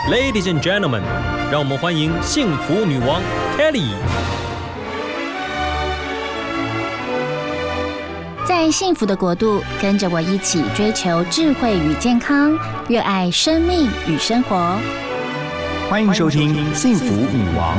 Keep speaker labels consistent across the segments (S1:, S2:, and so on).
S1: Ladies and gentlemen， 让我们欢迎幸福女王 Kelly。
S2: 在幸福的国度，跟着我一起追求智慧与健康，热爱生命与生活。
S3: 欢迎收听《幸福女王》。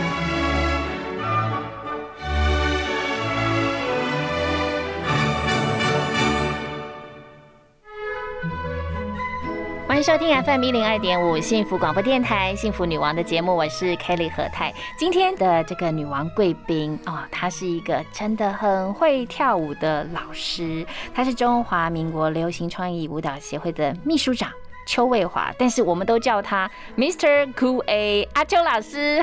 S2: 欢迎收听 FM 102.5幸福广播电台幸福女王的节目，我是 Kelly 何太。今天的这个女王贵宾她是一个真的很会跳舞的老师，她是中华民国流行创意舞蹈协会的秘书长邱卫华，但是我们都叫他 Mr. Cool A 阿邱老师。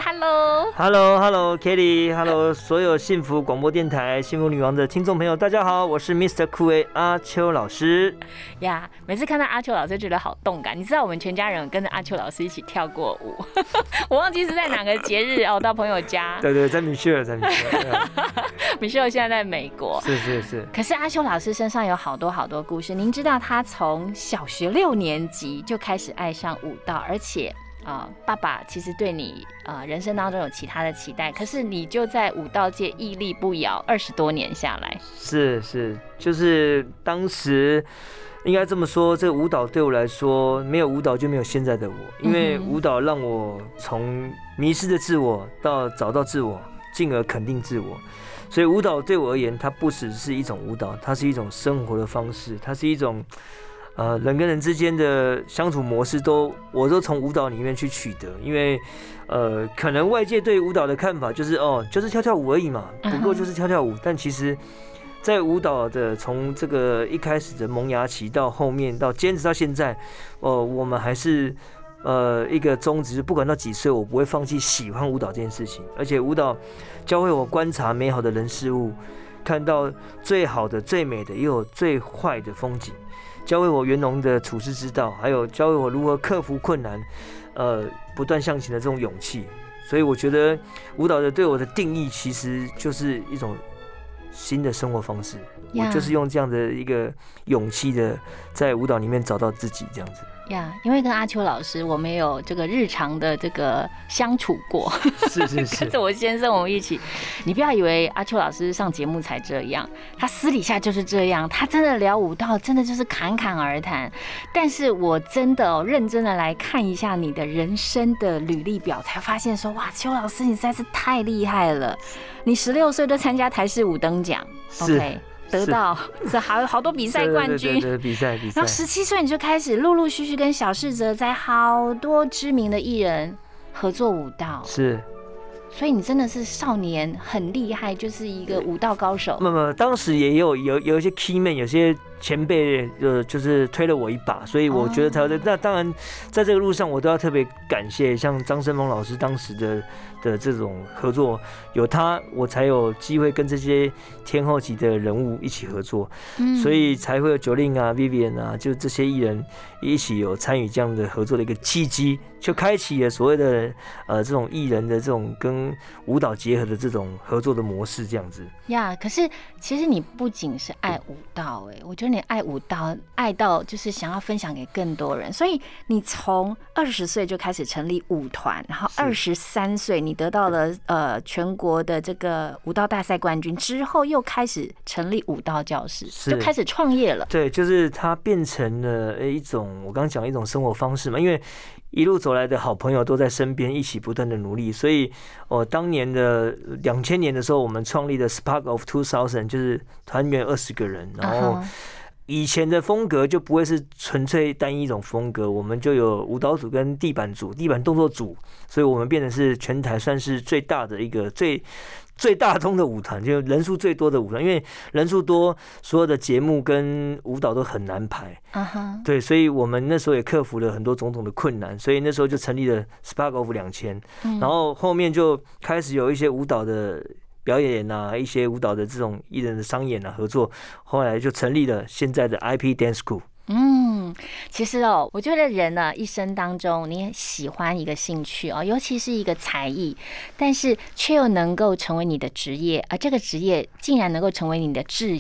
S4: Hello Kelly，Hello 所有幸福广播电台幸福女王的听众朋友，大家好，我是 Mr. Cool A 阿邱老师
S2: 呀。每次看到阿邱老师觉得好动感，你知道我们全家人跟着阿邱老师一起跳过舞，我忘记是在哪个节日到朋友家。
S4: 对，在米歇尔。
S2: 米歇尔现在在美国。
S4: 是。
S2: 可是阿邱老师身上有好多故事，您知道他从小学6年级就开始爱上舞蹈，而且爸爸其实对你人生当中有其他的期待，可是你就在舞蹈界屹立不摇20多年下来。
S4: 是，就是当时应该这么说，这个舞蹈对我来说，没有舞蹈就没有现在的我，因为舞蹈让我从迷失的自我到找到自我，进而肯定自我。所以舞蹈对我而言，它不只是一种舞蹈，它是一种生活的方式，它是一种人跟人之间的相处模式我都从舞蹈里面去取得。因为可能外界对舞蹈的看法就是就是跳跳舞而已嘛，不过就是跳跳舞。但其实在舞蹈的从这个一开始的萌芽期到后面到坚持到现在，我们还是一个宗旨，不管到几岁，我不会放弃喜欢舞蹈这件事情。而且舞蹈教会我观察美好的人事物，看到最好的、最美的，也有最坏的风景，教会我圆融的处世之道，还有教会我如何克服困难，不断向前的这种勇气。所以我觉得舞蹈对我的定义，其实就是一种新的生活方式。我就是用这样的一个勇气的，在舞蹈里面找到自己，这样子。
S2: 因为跟阿邱老师我们有这个日常的这个相处过，
S4: 是
S2: 跟着我先生我们一起。你不要以为阿邱老师上节目才这样，他私底下就是这样，他真的聊舞蹈真的就是侃侃而谈。但是我真的认真的来看一下你的人生的履历表，才发现说，哇，邱老师你实在是太厉害了，你16岁就参加台视五等奖 ，OK。得到这好多比赛冠军，
S4: 对，比赛。
S2: 然后17岁你就开始陆陆续续跟小世哲在好多知名的艺人合作舞蹈，
S4: 是。
S2: 所以你真的是少年很厉害，就是一个舞蹈高手。
S4: 当时也有一些 key man， 有些前辈就是推了我一把，所以我觉得才有那当然在这个路上，我都要特别感谢像张生峰老师当时的这种合作，有他我才有机会跟这些天后级的人物一起合作，所以才会有Jolin啊、Vivian 啊，就这些艺人一起有参与这样的合作的一个契机，就开启了所谓的这种艺人的这种跟舞蹈结合的这种合作的模式，这样子。
S2: 可是其实你不仅是爱舞蹈，我觉得你爱舞蹈爱到就是想要分享给更多人，所以你从20岁就开始成立舞团，然后23岁你得到了全国的这个舞蹈大赛冠军之后，又开始成立舞蹈教室，就开始创业了。
S4: 对，就是它变成了一种我刚刚讲一种生活方式嘛，因为一路走来的好朋友都在身边，一起不断的努力，所以当年的2000年的时候，我们创立的 Spark of 2000，就是团员20个人，然后以前的风格就不会是纯粹单一一种风格，我们就有舞蹈组跟地板组、地板动作组，所以我们变成是全台算是最大的一个最大宗的舞团，就人数最多的舞团，因为人数多，所有的节目跟舞蹈都很难排。对，所以我们那时候也克服了很多种种的困难，所以那时候就成立了 Spark of 2000，然后后面就开始有一些舞蹈的表演啊，一些舞蹈的这种艺人的商演啊合作，后来就成立了现在的 IP Dance School。
S2: 其实我觉得人呢一生当中，你喜欢一个兴趣尤其是一个才艺，但是却又能够成为你的职业，而这个职业竟然能够成为你的志业，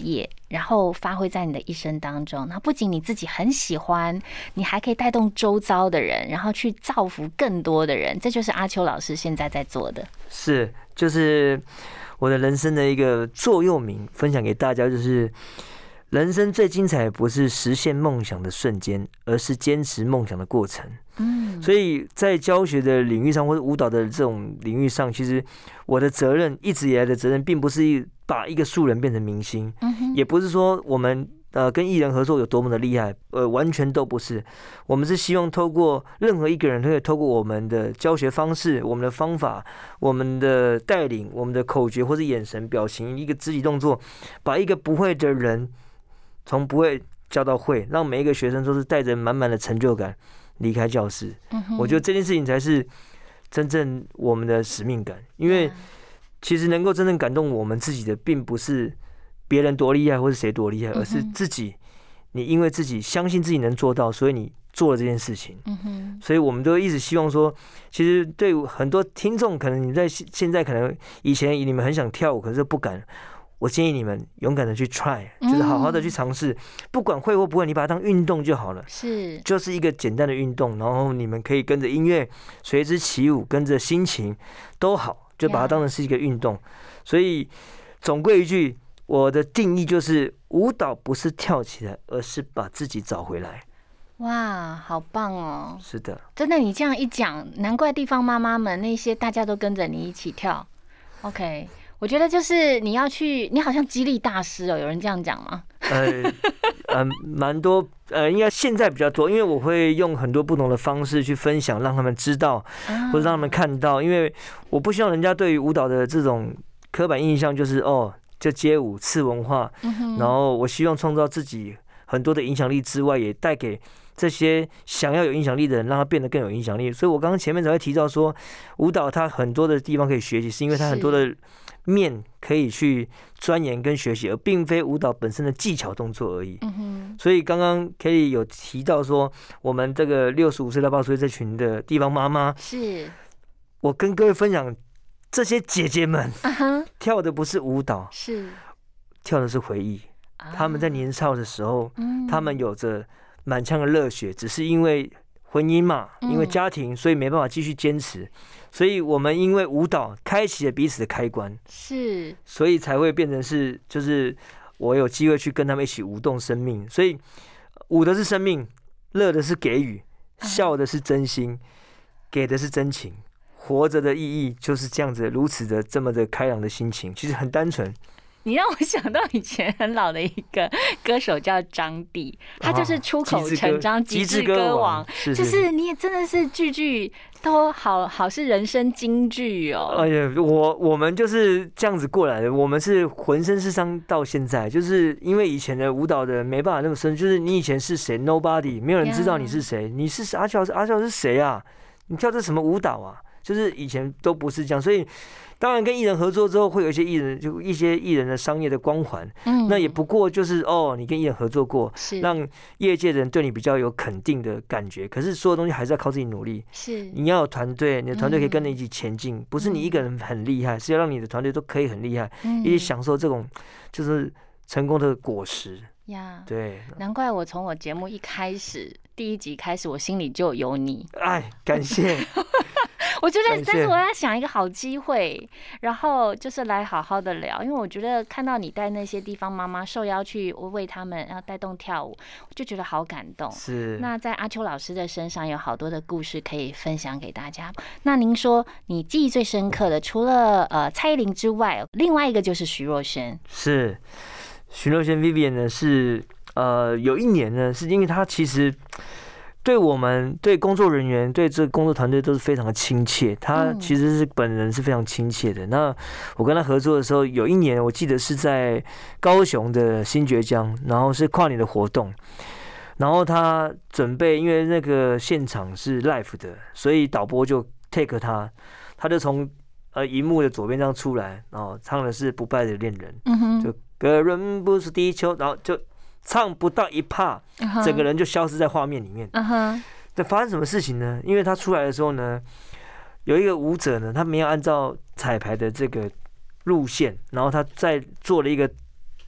S2: 然后发挥在你的一生当中。那不仅你自己很喜欢，你还可以带动周遭的人，然后去造福更多的人。这就是阿秋老师现在在做的。
S4: 是，就是我的人生的一个座右铭，分享给大家，就是人生最精彩不是实现梦想的瞬间，而是坚持梦想的过程。所以在教学的领域上，或者舞蹈的这种领域上，其实我的责任一直以来的责任，并不是把一个素人变成明星，也不是说我们跟艺人合作有多么的厉害，完全都不是。我们是希望透过任何一个人，可以透过我们的教学方式、我们的方法、我们的带领、我们的口诀或者眼神、表情、一个肢体动作，把一个不会的人从不会教到会，让每一个学生都是带着满满的成就感离开教室。我觉得这件事情才是真正我们的使命感，因为其实能够真正感动我们自己的，并不是别人多厉害或是谁多厉害，而是自己。你因为自己相信自己能做到，所以你做了这件事情。所以我们都一直希望说，其实对很多听众，可能你在现在可能以前你们很想跳舞，可是不敢。我建议你们勇敢的去 try， 就是好好的去尝试，不管会或不会，你把它当运动就好了。是，就是一个简单的运动，然后你们可以跟着音乐随之起舞，跟着心情都好，就把它当成是一个运动。所以总归一句，我的定义就是舞蹈不是跳起来，而是把自己找回来。
S2: 哇，好棒哦！
S4: 是的，
S2: 真的，你这样一讲，难怪地方妈妈们那些大家都跟着你一起跳。OK。我觉得就是你要去，你好像激励大师哦，有人这样讲吗？
S4: 蛮多，应该现在比较多，因为我会用很多不同的方式去分享，让他们知道，或者让他们看到，因为我不希望人家对于舞蹈的这种刻板印象就是就街舞次文化，然后我希望创造自己很多的影响力之外，也带给这些想要有影响力的人，让他变得更有影响力。所以我刚刚前面才会提到说，舞蹈它很多的地方可以学习，是因为它很多的面可以去钻研跟学习，而并非舞蹈本身的技巧动作而已。所以刚刚 Kelly 有提到说，我们这个65岁到80岁这群的地方妈妈，是我跟各位分享，这些姐姐们跳的不是舞蹈，是跳的是回忆。他们在年少的时候，他们有着满腔的热血，只是因为婚姻嘛，因为家庭，所以没办法继续坚持。所以我们因为舞蹈开启了彼此的开关，是，所以才会变成是，就是我有机会去跟他们一起舞动生命。所以舞的是生命，乐的是给予，笑的是真心，给的是真情。活着的意义就是这样子，如此的这么的开朗的心情，其实很单纯。你
S2: 让我想到以前很老的一个歌手叫张帝，他就是出口成章，极致歌王，就是你也真的是句句都好是人生金句哦。
S4: 哎呀，我们就是这样子过来的，我们是浑身是伤到现在，就是因为以前的舞蹈的没办法那么深，就是你以前是谁 ，nobody， 没有人知道你是谁，你是阿乔是谁啊？你跳这什么舞蹈啊？就是以前都不是这样，所以。当然，跟艺人合作之后，会有一些艺人的商业的光环。那也不过就是你跟艺人合作过，让业界的人对你比较有肯定的感觉。可是所有东西还是要靠自己努力。是，你要有团队，你的团队可以跟你一起前进，不是你一个人很厉害，是要让你的团队都可以很厉害，一起享受这种就是成功的果实。呀，对，
S2: 难怪我从我节目第一集开始，我心里就有你。
S4: 哎，感谢。
S2: 我觉得，但是我要想一个好机会，然后就是来好好的聊，因为我觉得看到你带那些地方妈妈受邀去为他们要带动跳舞，我就觉得好感动。是。那在阿秋老师的身上有好多的故事可以分享给大家。那您说你记忆最深刻的，除了蔡依林之外，另外一个就是徐若瑄。
S4: 是。徐若瑄 Vivian 呢是有一年呢，是因为她其实对我们对工作人员对这个工作团队都是非常的亲切，她其实是本人是非常亲切的。那我跟她合作的时候，有一年我记得是在高雄的新崛江，然后是跨年的活动，然后她准备因为那个现场是 live 的，所以导播就 take 她就从荧幕的左边这样出来，然后唱的是不败的恋人，就个人不是地球，然后就唱不到一趴，整个人就消失在画面里面。那发生什么事情呢？因为他出来的时候呢，有一个舞者呢，他没有按照彩排的这个路线，然后他在做了一个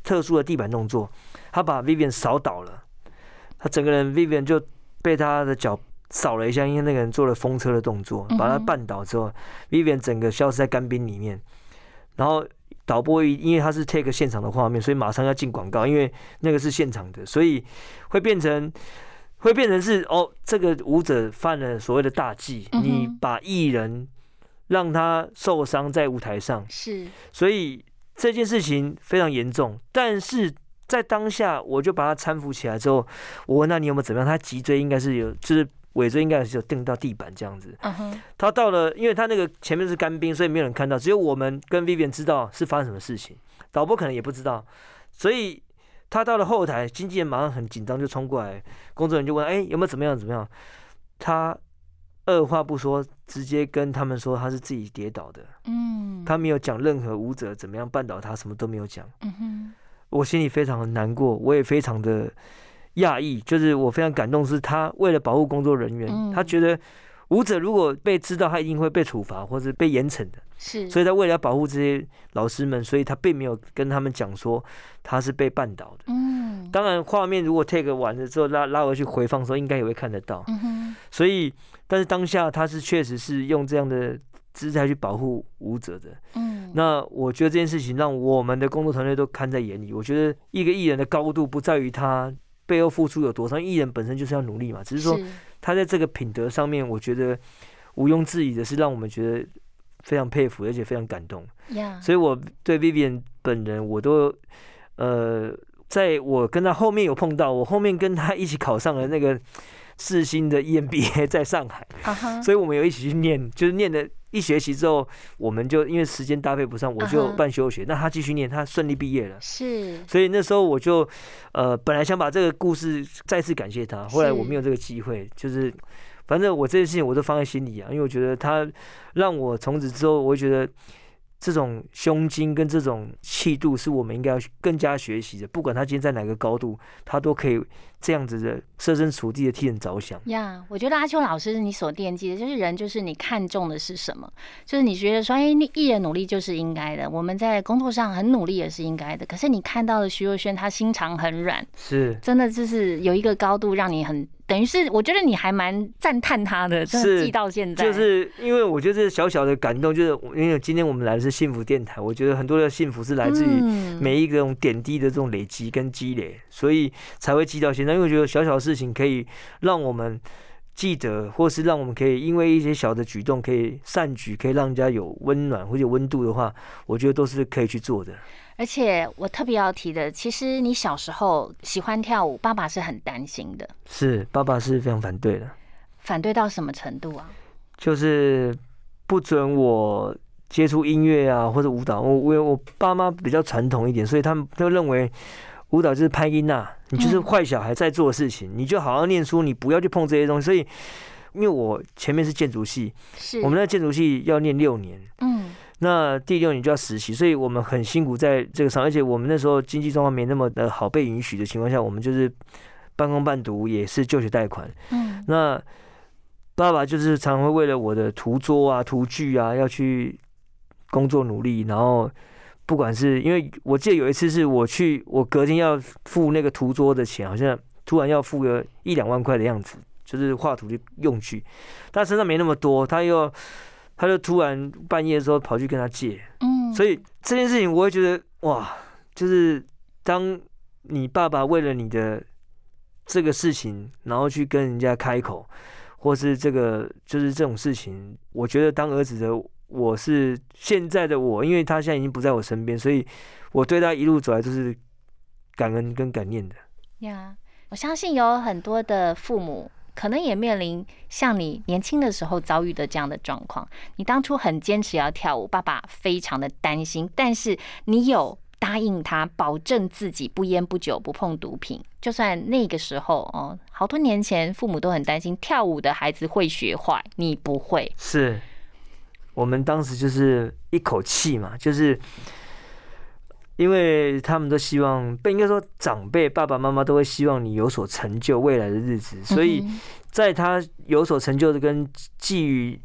S4: 特殊的地板动作，他把 Vivian 扫倒了，他整个人 Vivian 就被他的脚扫了一下，因为那个人做了风车的动作，把他绊倒之后，Vivian 整个消失在干冰里面。然后导播因为他是 take 现场的画面，所以马上要进广告，因为那个是现场的，所以会变成是这个舞者犯了所谓的大忌，你把艺人让他受伤在舞台上，
S2: 是，
S4: 所以这件事情非常严重。但是在当下，我就把他搀扶起来之后，我问他你有没有怎么样？他脊椎应该是有，就是尾椎应该是有蹬到地板这样子。他到了，因为他那个前面是干冰，所以没有人看到，只有我们跟 Vivian 知道是发生什么事情，导播可能也不知道，所以他到了后台，经纪人马上很紧张就冲过来，工作人员就问：有没有怎么样？他二话不说，直接跟他们说他是自己跌倒的。他没有讲任何舞者怎么样绊倒他，什么都没有讲。我心里非常的难过，我也非常的讶异，就是我非常感动，是他为了保护工作人员，他觉得舞者如果被知道，他一定会被处罚或者被严惩的。
S2: 是，
S4: 所以他为了要保护这些老师们，所以他并没有跟他们讲说他是被绊倒的。当然画面如果 take 完了之后拉回去回放的时候，应该也会看得到。所以，但是当下他是确实是用这样的姿态去保护舞者的。那我觉得这件事情让我们的工作团队都看在眼里。我觉得一个艺人的高度不在于他背后付出有多少，艺人本身就是要努力嘛，只是说他在这个品德上面，我觉得毋庸置疑的是让我们觉得非常佩服，而且非常感动。所以我对 Vivian 本人，我都在我跟他后面有碰到，我后面跟他一起考上了那个世新的 EMBA 在上海，所以我们有一起去念，就是念了1学期之后，我们就因为时间搭配不上，我就办休学，那他继续念，他顺利毕业了。是，所以那时候我就本来想把这个故事再次感谢他，后来我没有这个机会，就是反正我这件事情我都放在心里啊，因为我觉得他让我从此之后，我会觉得这种胸襟跟这种气度是我们应该要更加学习的。不管他今天在哪个高度，他都可以这样子的设身处地的替人着想。
S2: 我觉得阿秋老师你所惦记的就是人，就是你看重的是什么，就是你觉得说，艺人努力就是应该的，我们在工作上很努力也是应该的。可是你看到的徐若瑄，她心肠很软，是真的就是有一个高度让你很。等于是，我觉得你还蛮赞叹他的，真的记到现在。就是
S4: 因为我觉得这小小的感动，就是因为今天我们来的是幸福电台，我觉得很多的幸福是来自于每一个种点滴的这种累积跟积累，所以才会记到现在。因为我觉得小小的事情可以让我们记得，或是让我们可以因为一些小的举动可以善举，可以让人家有温暖或者有温度的话，我觉得都是可以去做的。
S2: 而且我特别要提的，其实你小时候喜欢跳舞，爸爸是很担心的。是，
S4: 爸爸是非常反对的。
S2: 反对到什么程度啊？
S4: 就是不准我接触音乐啊，或者舞蹈。我爸妈比较传统一点，所以他们都认为舞蹈就是拍音啊，你就是坏小孩在做的事情，你就好好念书，你不要去碰这些东西。所以，因为我前面是建筑系，我们那建筑系要念6年。那第6年就要实习，所以我们很辛苦在这个上，而且我们那时候经济状况没那么的好被允许的情况下，我们就是半工半读，也是就学贷款。那爸爸就是常常会为了我的图桌啊、图具啊，要去工作努力，然后不管是因为我记得有一次是我隔天要付那个图桌的钱，好像突然要付个1-2万块的样子，就是画图的用具，他身上没那么多，他就突然半夜的时候跑去跟他借，所以这件事情我会觉得哇，就是当你爸爸为了你的这个事情，然后去跟人家开口，或是这个就是这种事情，我觉得当儿子的我是现在的我，因为他现在已经不在我身边，所以我对他一路走来都是感恩跟感念的。
S2: 我相信有很多的父母可能也面临像你年轻的时候遭遇的这样的状况。你当初很坚持要跳舞，爸爸非常的担心，但是你有答应他，保证自己不烟不酒不碰毒品。就算那个时候好多年前，父母都很担心跳舞的孩子会学坏，你不会。
S4: 是我们当时就是一口气嘛，就是因为他们都希望，应该说长辈爸爸妈妈都会希望你有所成就未来的日子，所以在他有所成就的跟寄予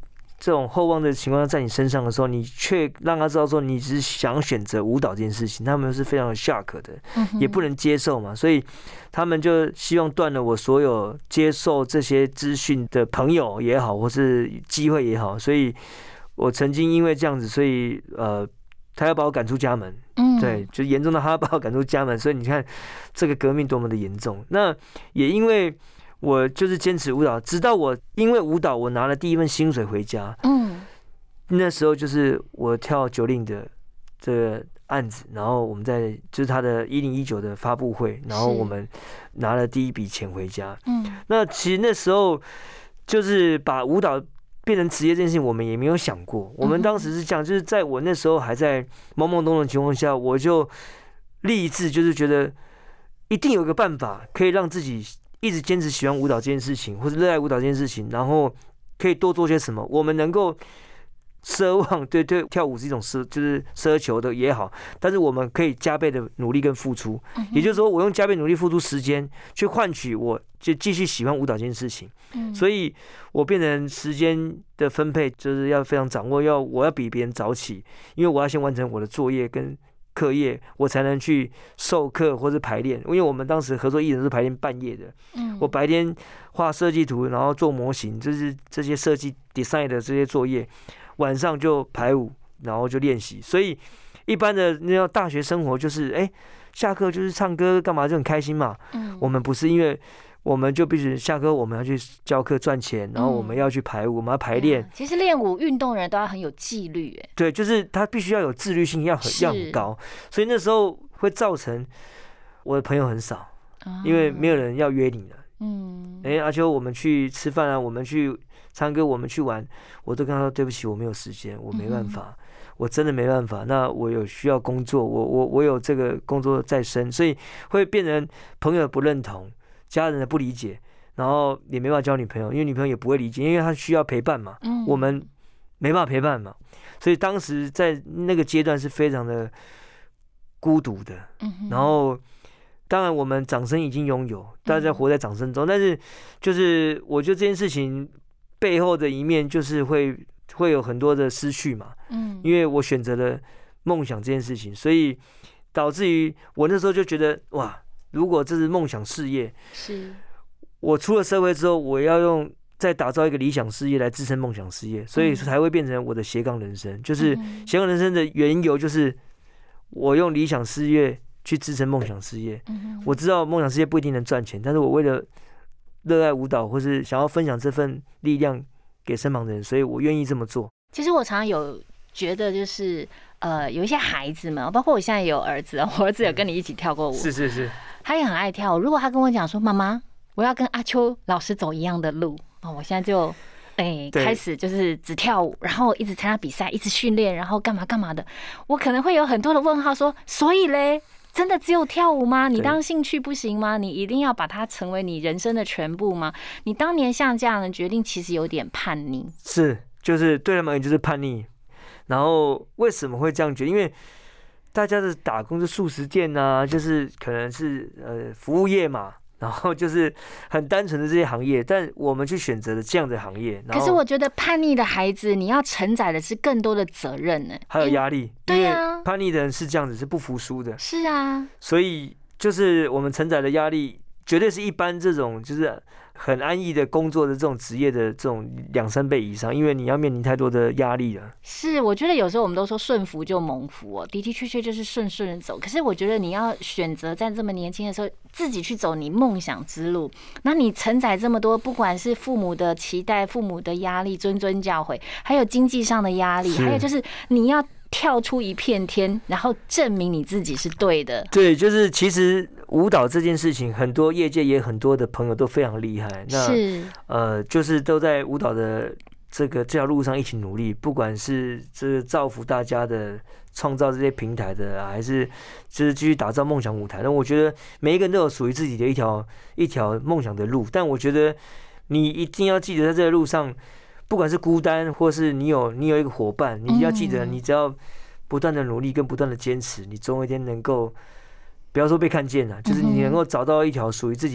S4: 这种厚望的情况在你身上的时候，你却让他知道说你只是想选择舞蹈这件事情，他们是非常的 shock 的，也不能接受嘛，所以他们就希望断了我所有接受这些资讯的朋友也好，或是机会也好，所以我曾经因为这样子，所以他要把我赶出家门，对，就严重到他要把我赶出家门，所以你看这个革命多么的严重。那也因为我就是坚持舞蹈，直到我因为舞蹈我拿了第一份薪水回家，那时候就是我跳9令的这个案子，然后我们在就是他的1019的发布会，然后我们拿了第一笔钱回家。那其实那时候就是把舞蹈变成职业这件事情，我们也没有想过。我们当时是这样，就是在我那时候还在懵懵懂懂的情况下，我就立志，就是觉得一定有个办法可以让自己一直坚持喜欢舞蹈这件事情，或者热爱舞蹈这件事情，然后可以多做些什么。我们能够奢望，对，跳舞是一种就是奢求的也好，但是我们可以加倍的努力跟付出。也就是说，我用加倍努力付出时间，去换取我就继续喜欢舞蹈这件事情。所以我变成时间的分配就是要非常掌握，我要比别人早起，因为我要先完成我的作业跟课业，我才能去授课或是排练。因为我们当时合作艺人是排练半夜的，我白天画设计图，然后做模型，就是这些设计 design 的这些作业，晚上就排舞，然后就练习。所以一般的那种大学生活就是下课就是唱歌干嘛就很开心嘛。我们不是，因为我们就必须下课我们要去教课赚钱，然后我们要去排舞，我们要排练。
S2: 其实练舞运动人都要很有纪律，
S4: 对，就是他必须要有自律性，要很高。所以那时候会造成我的朋友很少，因为没有人要约你了。阿秋，我们去吃饭啊，我们去唱歌，我们去玩，我都跟他说对不起，我没有时间，我没办法。我真的没办法，那我有需要工作，我有这个工作在身，所以会变成朋友不认同，家人的不理解，然后也没办法交女朋友，因为女朋友也不会理解，因为她需要陪伴嘛，我们没办法陪伴嘛，所以当时在那个阶段是非常的孤独的。然后当然我们掌声已经拥有，大家活在掌声中，但是就是我觉得这件事情背后的一面就是会有很多的失去嘛，因为我选择了梦想这件事情，所以导致于我那时候就觉得哇，如果这是梦想事业，我出了社会之后，我要再打造一个理想事业来支撑梦想事业，所以才会变成我的斜杠人生。就是斜杠人生的缘由就是我用理想事业去支撑梦想事业。我知道梦想事业不一定能赚钱，但是我为了热爱舞蹈，或是想要分享这份力量给身旁的人，所以我愿意这么做。
S2: 其实我常常有觉得，就是有一些孩子们，包括我现在也有儿子，我儿子有跟你一起跳过舞，
S4: 是，
S2: 他也很爱跳舞。如果他跟我讲说，妈妈，我要跟阿秋老师走一样的路，我现在就开始就是只跳舞，然后一直参加比赛，一直训练，然后干嘛干嘛的，我可能会有很多的问号说，所以嘞，真的只有跳舞吗？你当兴趣不行吗？你一定要把它成为你人生的全部吗？你当年像这样的决定，其实有点叛逆。
S4: 就是对他们而言就是叛逆。然后为什么会这样觉得？因为大家的打工是速食店啊，就是可能是服务业嘛，然后就是很单纯的这些行业，但我们去选择了这样的行业。
S2: 可是我觉得叛逆的孩子，你要承载的是更多的责任呢，
S4: 还有压力。
S2: 对啊，
S4: 叛逆的人是这样子，是不服输的。
S2: 是啊，
S4: 所以就是我们承载的压力，绝对是一般这种就是很安逸的工作的这种职业的这种2-3倍以上，因为你要面临太多的压力了。
S2: 是，我觉得有时候我们都说顺福就蒙福的确就是顺的走。可是我觉得你要选择在这么年轻的时候自己去走你梦想之路，那你承载这么多，不管是父母的期待、父母的压力、谆教诲，还有经济上的压力，还有就是你要跳出一片天，然后证明你自己是对的。
S4: 对，就是其实舞蹈这件事情，很多业界也很多的朋友都非常厉害。那就是都在舞蹈的这条路上一起努力，不管是这个造福大家的、创造这些平台的，还是就是继续打造梦想舞台。那我觉得每一个人都有属于自己的一条梦想的路，但我觉得你一定要记得，在这个路上，不管是孤单，或是你有一个伙伴，你要记得，你只要不断的努力跟不断的坚持，你总有一天能够，不要说被看见了，就是你能够找到一条属于自己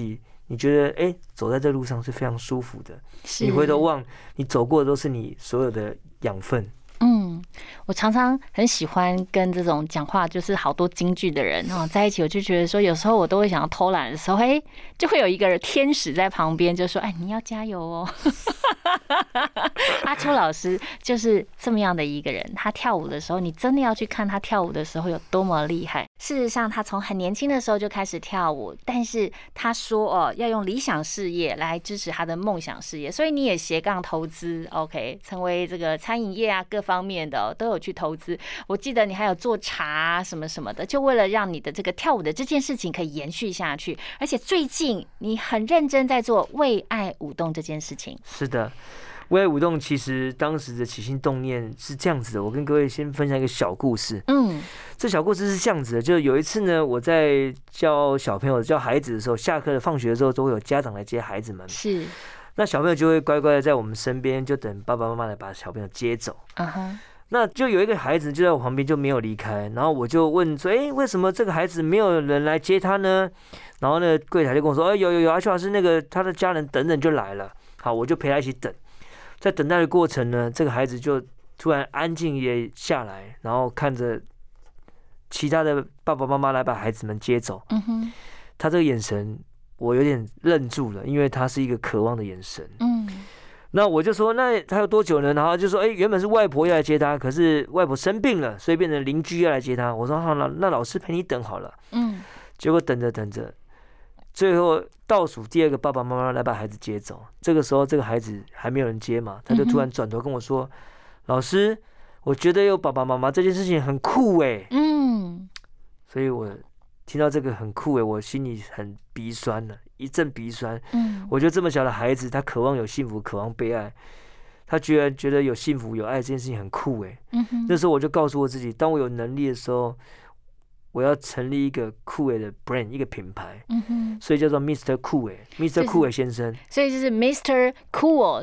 S4: 你觉得走在这路上是非常舒服的，你回头望，你走过的都是你所有的养分。
S2: 我常常很喜欢跟这种讲话就是好多金句的人在一起，我就觉得说，有时候我都会想要偷懒的时候，就会有一个天使在旁边，就说：“你要加油哦。”阿秋老师就是这么样的一个人，他跳舞的时候，你真的要去看他跳舞的时候有多么厉害。事实上，他从很年轻的时候就开始跳舞，但是他说要用理想事业来支持他的梦想事业，所以你也斜杠投资 ，OK， 成为这个餐饮业啊各方面的都有去投资。我记得你还有做茶什么什么的，就为了让你的这个跳舞的这件事情可以延续下去。而且最近你很认真在做为爱舞动这件事情。
S4: 是的。为爱舞动其实当时的起心动念是这样子的，我跟各位先分享一个小故事。这小故事是这样子的，就是有一次呢，我在教小朋友、教孩子的时候，下课放学的时候都会有家长来接孩子们。
S2: 是。
S4: 那小朋友就会乖乖的在我们身边，就等爸爸妈妈来把小朋友接走。那就有一个孩子就在我旁边就没有离开，然后我就问说：“为什么这个孩子没有人来接他呢？”然后呢，柜台就跟我说：“有，阿秋老师那个他的家人等等就来了。”好，我就陪他一起等。在等待的过程呢，这个孩子就突然安静也下来，然后看着其他的爸爸妈妈来把孩子们接走。他这个眼神我有点愣住了，因为他是一个渴望的眼神。那我就说，那还有多久呢？然后就说，原本是外婆要来接他，可是外婆生病了，所以变成邻居要来接他。我说好，那老师陪你等好了。结果等着，最后倒数第二个爸爸妈妈来把孩子接走。这个时候，这个孩子还没有人接嘛，他就突然转头跟我说：“老师，我觉得有爸爸妈妈这件事情很酷哎。”所以我听到这个很酷哎，我心里很鼻酸了，一阵鼻酸。我觉得这么小的孩子，他渴望有幸福，渴望被爱，他居然觉得有幸福有爱这件事情很酷哎。那时候我就告诉我自己，当我有能力的时候，我要成立一个酷伟的 brand， 一个品牌。所以叫做 Mr. 酷伟 ，Mr. 酷伟先生。
S2: 所以就是 Mr. Cool，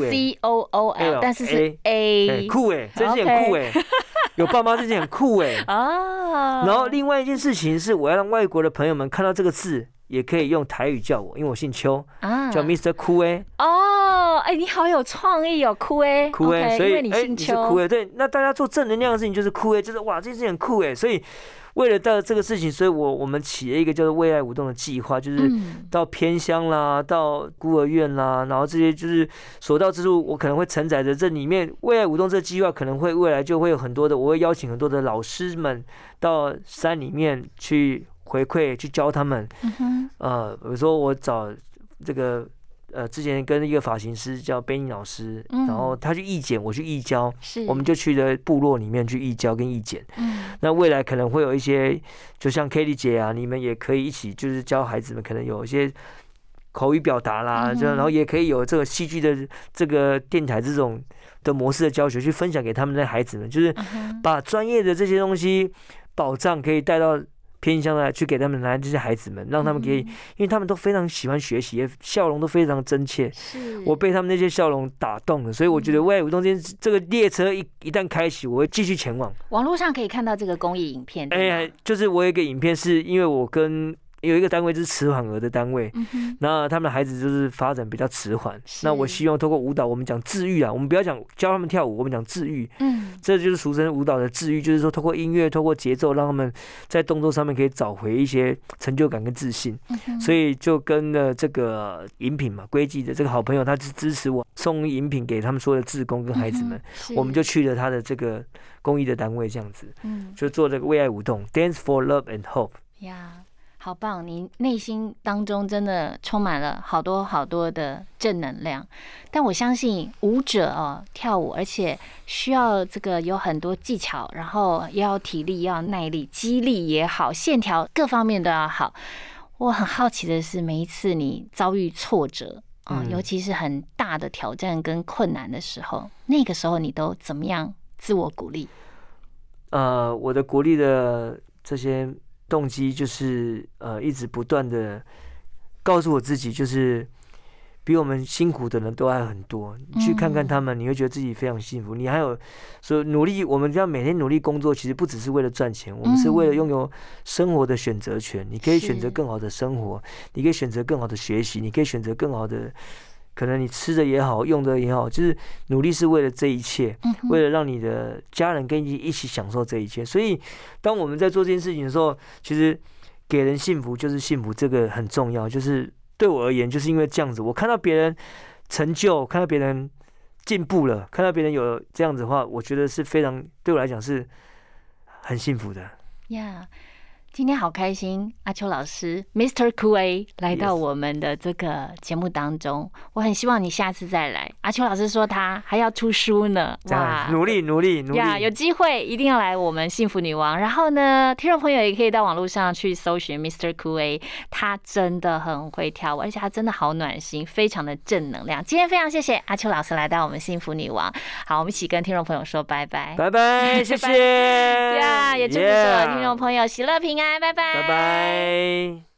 S2: COOL， 但是是 A，
S4: 酷伟，这件很酷伟。有爸妈这件很酷哎。然后另外一件事情是，我要让外国的朋友们看到这个字，也可以用台语叫我，因为我姓邱，叫 Mr. 酷伟。
S2: 你好有创意哦，酷伟，
S4: 酷伟，所以
S2: 因为你姓邱，
S4: 你是酷伟，对，那大家做正能量的事情就是酷伟，就是哇，这件事情很酷哎，所以。为了到这个事情，所以我们起了一个叫做为爱舞动的计划，就是到偏乡啦，到孤儿院啦，然后这些就是所到之处，我可能会承载着这里面为爱舞动这个计划，可能会未来就会有很多的，我会邀请很多的老师们到山里面去回馈，去教他们。比如说我找这个。之前跟一个发型师叫 Benny 老师，然后他去义剪，我去义教，我们就去了部落里面去义教跟义剪。那未来可能会有一些，就像 Kelly 姐啊，你们也可以一起，就是教孩子们，可能有一些口语表达啦，然后也可以有这个戏剧的这个电台这种的模式的教学，去分享给他们的孩子们，就是把专业的这些东西宝藏可以带到。偏向来去给他们来这些孩子们，让他们可以，因为他们都非常喜欢学习，笑容都非常真切。我被他们那些笑容打动了，所以我觉得为爱舞动这个列车一旦开启，我会继续前往。
S2: 网络上可以看到这个公益影片。
S4: 就是我有一个影片，是因为我跟有一个单位就是迟缓儿的单位，那他们的孩子就是发展比较迟缓。那我希望透过舞蹈，我们讲治愈啊，我们不要讲教他们跳舞，我们讲治愈。这就是俗称舞蹈的治愈，就是说透过音乐，透过节奏，让他们在动作上面可以找回一些成就感跟自信。所以就跟了这个饮品嘛，归记的这个好朋友，他是支持我送饮品给他们所有的志工跟孩子们，我们就去了他的这个公益的单位，这样子，就做这个为爱舞动 ，Dance for Love and Hope。
S2: 好棒！你内心当中真的充满了好多好多的正能量。但我相信舞者跳舞，而且需要这个有很多技巧，然后也要体力，要耐力，肌力也好，线条各方面都要好。我很好奇的是，每一次你遭遇挫折尤其是很大的挑战跟困难的时候，那个时候你都怎么样自我鼓励？
S4: 我的鼓励的这些。动机就是一直不断的告诉我自己，就是比我们辛苦的人都还很多。你去看看他们，你会觉得自己非常幸福。你还有说努力，我们要每天努力工作，其实不只是为了赚钱，我们是为了拥有生活的选择权。你可以选择更好的生活，你可以选择更好的学习，你可以选择更好的。可能你吃的也好，用的也好，就是努力是为了这一切，为了让你的家人跟你一起享受这一切。所以，当我们在做这件事情的时候，其实给人幸福就是幸福，这个很重要。就是对我而言，就是因为这样子，我看到别人成就，看到别人进步了，看到别人有这样子的话，我觉得是非常对我来讲是很幸福的。
S2: 呀。今天好开心，阿秋老师 Mr. Cool 来到我们的这个节目当中，我很希望你下次再来。阿秋老师说他还要出书呢，
S4: 哇，努力
S2: 呀，有机会一定要来我们幸福女王。然后呢，听众朋友也可以到网络上去搜寻 Mr. Cool， 他真的很会跳舞，而且他真的好暖心，非常的正能量。今天非常谢谢阿秋老师来到我们幸福女王，好，我们一起跟听众朋友说拜拜，
S4: 拜拜，谢谢。
S2: 呀，也祝福所有听众朋友喜乐平安。拜拜，
S4: 拜拜。